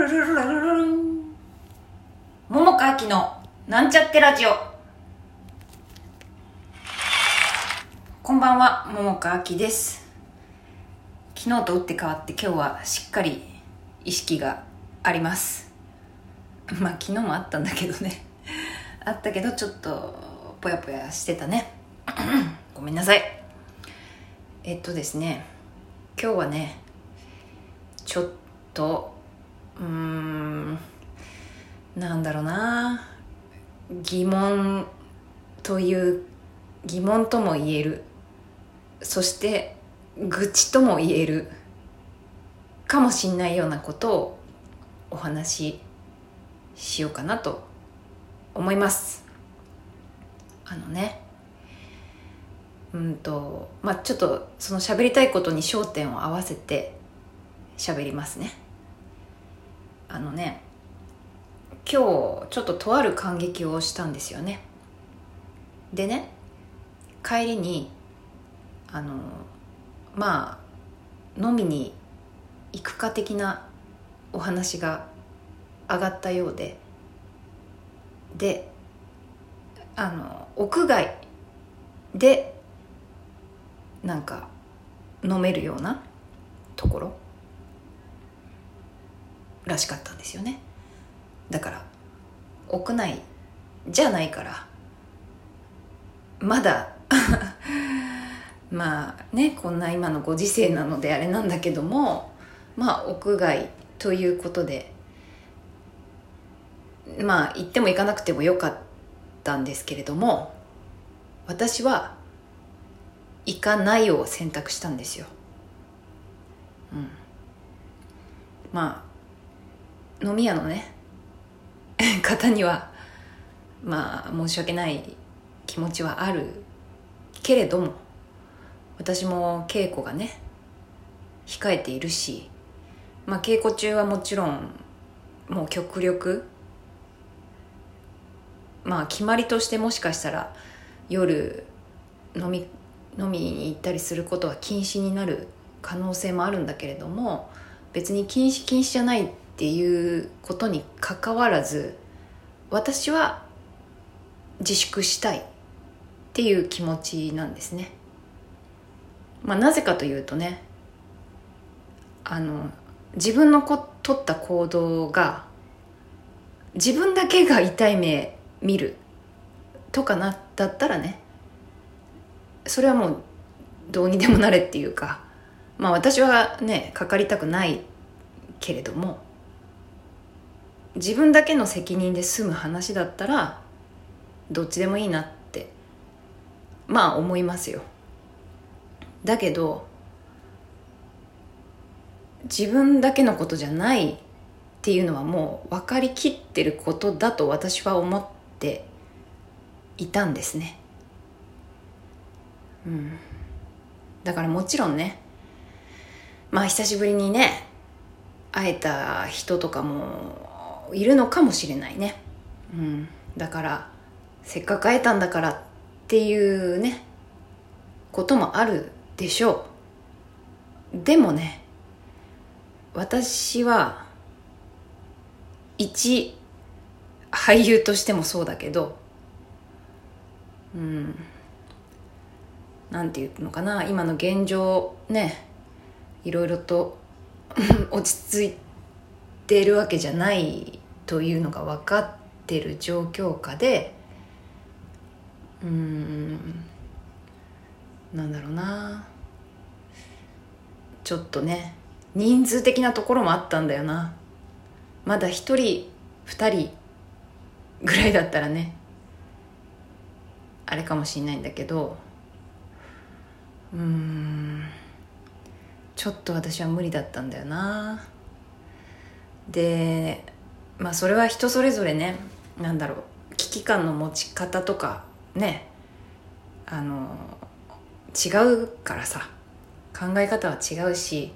ルルルルルルルン。桃佳明のなんちゃってラジオ。こんばんは、桃佳明です。昨日と打って変わって今日はしっかり意識があります。まあ昨日もあったんだけどねあったけどちょっとぽやぽやしてたねごめんなさい。ですね、今日はねちょっとなんだろうな、疑問とも言える、そして愚痴とも言えるかもしんないようなことをお話ししようかなと思います。ちょっとその喋りたいことに焦点を合わせて喋りますね。今日ちょっととある感激をしたんですよね。でね、帰りに飲みに行くか的なお話が上がったようで、屋外でなんか飲めるようなところらしかったんですよね。だから屋内じゃないからまだまあね、こんな今のご時世なのであれなんだけども、屋外ということで行っても行かなくてもよかったんですけれども、私は行かないを選択したんですよ。飲み屋のね方には申し訳ない気持ちはあるけれども、私も稽古がね控えているし、稽古中はもちろんもう極力決まりとしてもしかしたら夜飲みに行ったりすることは禁止になる可能性もあるんだけれども、別に禁止じゃないっていうことにかかわらず、私は自粛したいっていう気持ちなんですね。なぜかというとね、自分の取った行動が自分だけが痛い目見るとかだったらね、それはもうどうにでもなれっていうか、私はねかかりたくないけれども、自分だけの責任で済む話だったらどっちでもいいなって思いますよ。だけど自分だけのことじゃないっていうのはもう分かりきってることだと私は思っていたんですね。だからもちろんね、久しぶりにね会えた人とかもいるのかもしれないね。だからせっかく会えたんだからっていうねこともあるでしょう。でもね、私は一俳優としてもそうだけど、なんていうのかな、今の現状ね、いろいろと落ち着いているわけじゃないというのが分かってる状況下で、なんだろうな、ちょっとね人数的なところもあったんだよな。まだ一人二人ぐらいだったらねあれかもしれないんだけど、ちょっと私は無理だったんだよな。でそれは人それぞれね、危機感の持ち方とかね違うからさ、考え方は違うし、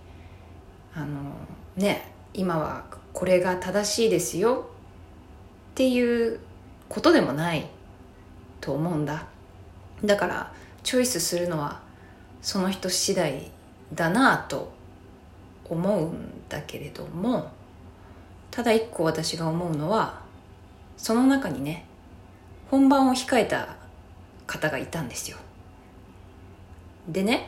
今はこれが正しいですよっていうことでもないと思うんだ。だからチョイスするのはその人次第だなと思うんだけれども、 ただ一個私が思うのは、その中にね、本番を控えた方がいたんですよ。でね、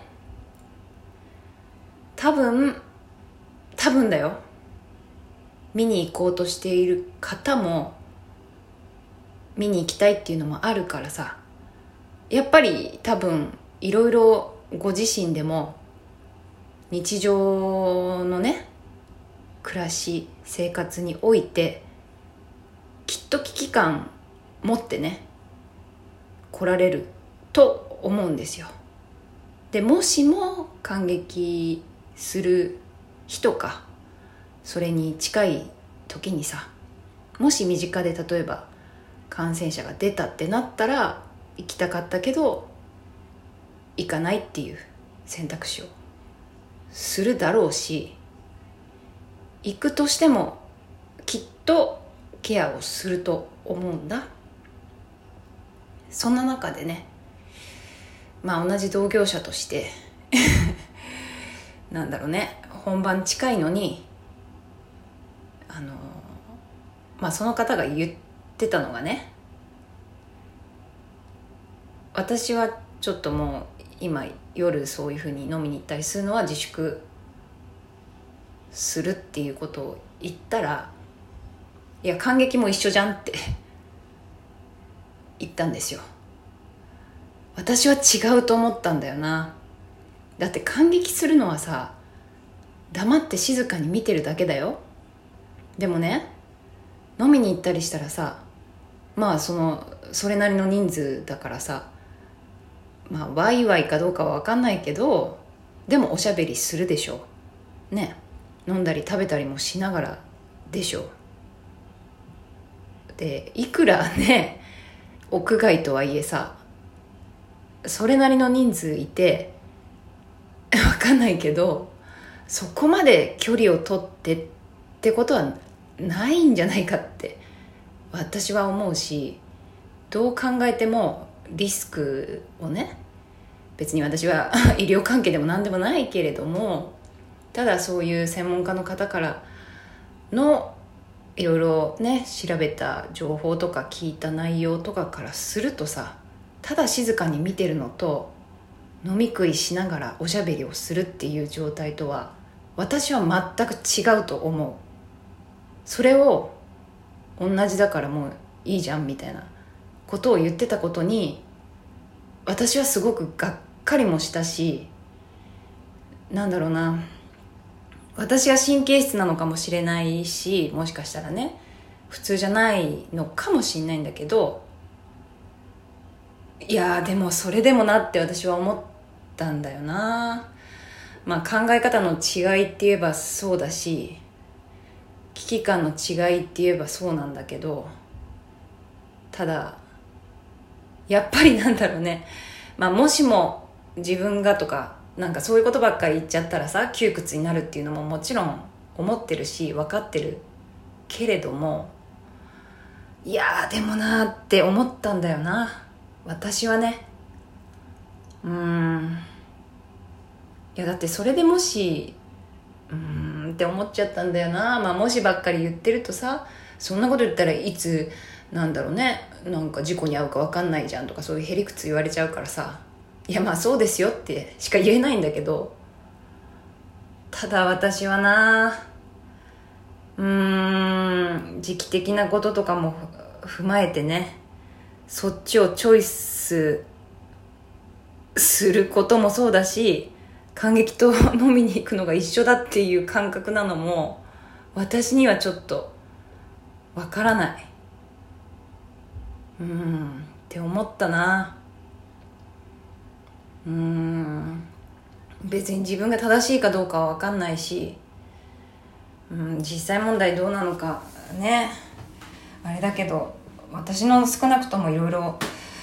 多分だよ、見に行こうとしている方も見に行きたいっていうのもあるからさ、やっぱり多分いろいろご自身でも日常のね、暮らし生活においてきっと危機感持ってね来られると思うんですよ。でもしも感激する日とかそれに近い時にさ、もし身近で例えば感染者が出たってなったら、行きたかったけど行かないっていう選択肢をするだろうし、行くとしてもきっとケアをすると思うんだ。そんな中でね、同じ同業者としてなんだろうね、本番近いのにその方が言ってたのがね、私はちょっともう今夜そういう風に飲みに行ったりするのは自粛するっていうことを言ったら、いや感激も一緒じゃんって言ったんですよ。私は違うと思ったんだよな。だって感激するのはさ、黙って静かに見てるだけだよ。でもね、飲みに行ったりしたらさ、それなりの人数だからさ、ワイワイかどうかは分かんないけど、でもおしゃべりするでしょね。飲んだり食べたりもしながらでしょ。でいくらね屋外とはいえさ、それなりの人数いて分かんないけど、そこまで距離を取ってってことはないんじゃないかって私は思うし、どう考えてもリスクをね、別に私は医療関係でも何でもないけれども、ただそういう専門家の方からのいろいろね調べた情報とか聞いた内容とかからするとさ、ただ静かに見てるのと飲み食いしながらおしゃべりをするっていう状態とは私は全く違うと思う。それを同じだからもういいじゃんみたいなことを言ってたことに、私はすごくがっかりもしたし、なんだろうな、私は神経質なのかもしれないし、もしかしたらね普通じゃないのかもしれないんだけど、いやでもそれでもなって私は思ったんだよな。考え方の違いって言えばそうだし、危機感の違いって言えばそうなんだけど、ただやっぱりなんだろうね、もしも自分がとかなんかそういうことばっかり言っちゃったらさ、窮屈になるっていうのももちろん思ってるし分かってるけれども、いやでもなって思ったんだよな、私はね。いやだってそれでもしって思っちゃったんだよな。もしばっかり言ってるとさ、そんなこと言ったらいつなんだろうね、なんか事故に遭うか分かんないじゃんとか、そういうへりくつ言われちゃうからさ、いやそうですよってしか言えないんだけど、ただ私はな時期的なこととかも踏まえてね、そっちをチョイスすることもそうだし、感激と飲みに行くのが一緒だっていう感覚なのも私にはちょっとわからないって思ったな。別に自分が正しいかどうかは分かんないし、実際問題どうなのかねあれだけど、私の少なくともいろいろ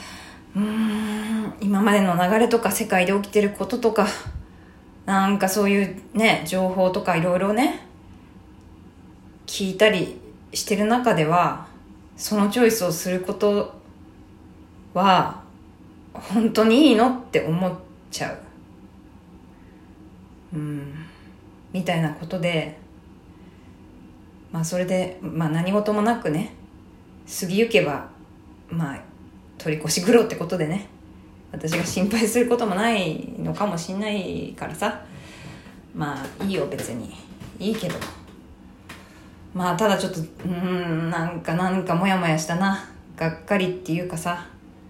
今までの流れとか世界で起きてることとか、なんかそういうね情報とかいろいろね聞いたりしてる中では、そのチョイスをすることは本当にいいのって思っちゃうみたいなことで、 それで、何事もなくね過ぎゆけば取り越し苦労ってことでね、私が心配することもないのかもしんないからさ、いいよ別にいいけど、ただちょっとなんかモヤモヤしたな、がっかりっていうかさ、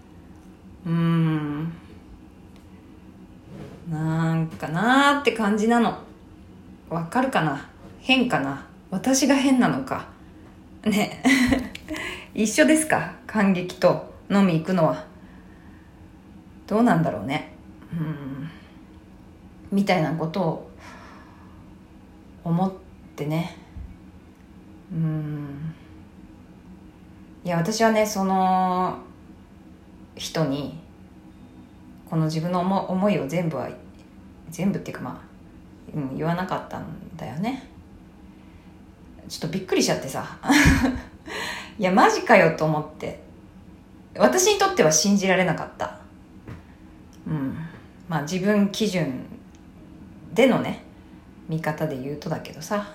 なんかなーって感じなの。わかるかな？変かな？私が変なのかね。一緒ですか？感激と飲み行くのはどうなんだろうね。みたいなことを思ってね。いや、私はね、その人にこの自分の思いを全部っていうか言わなかったんだよね。ちょっとびっくりしちゃってさいやマジかよと思って、私にとっては信じられなかった。自分基準でのね見方で言うとだけどさ、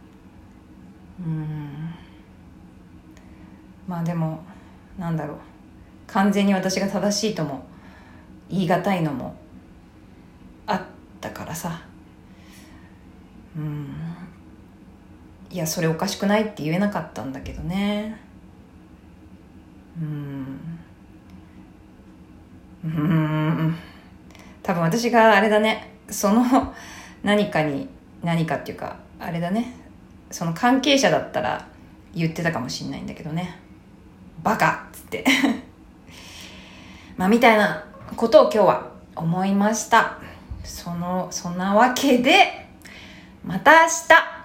でもなんだろう、完全に私が正しいとも言い難いのもあったからさ、いやそれおかしくないって言えなかったんだけどね。多分私があれだね、その何かっていうかあれだね、その関係者だったら言ってたかもしれないんだけどね、バカっつってみたいなことを今日は思いました。そんなわけでまた明日。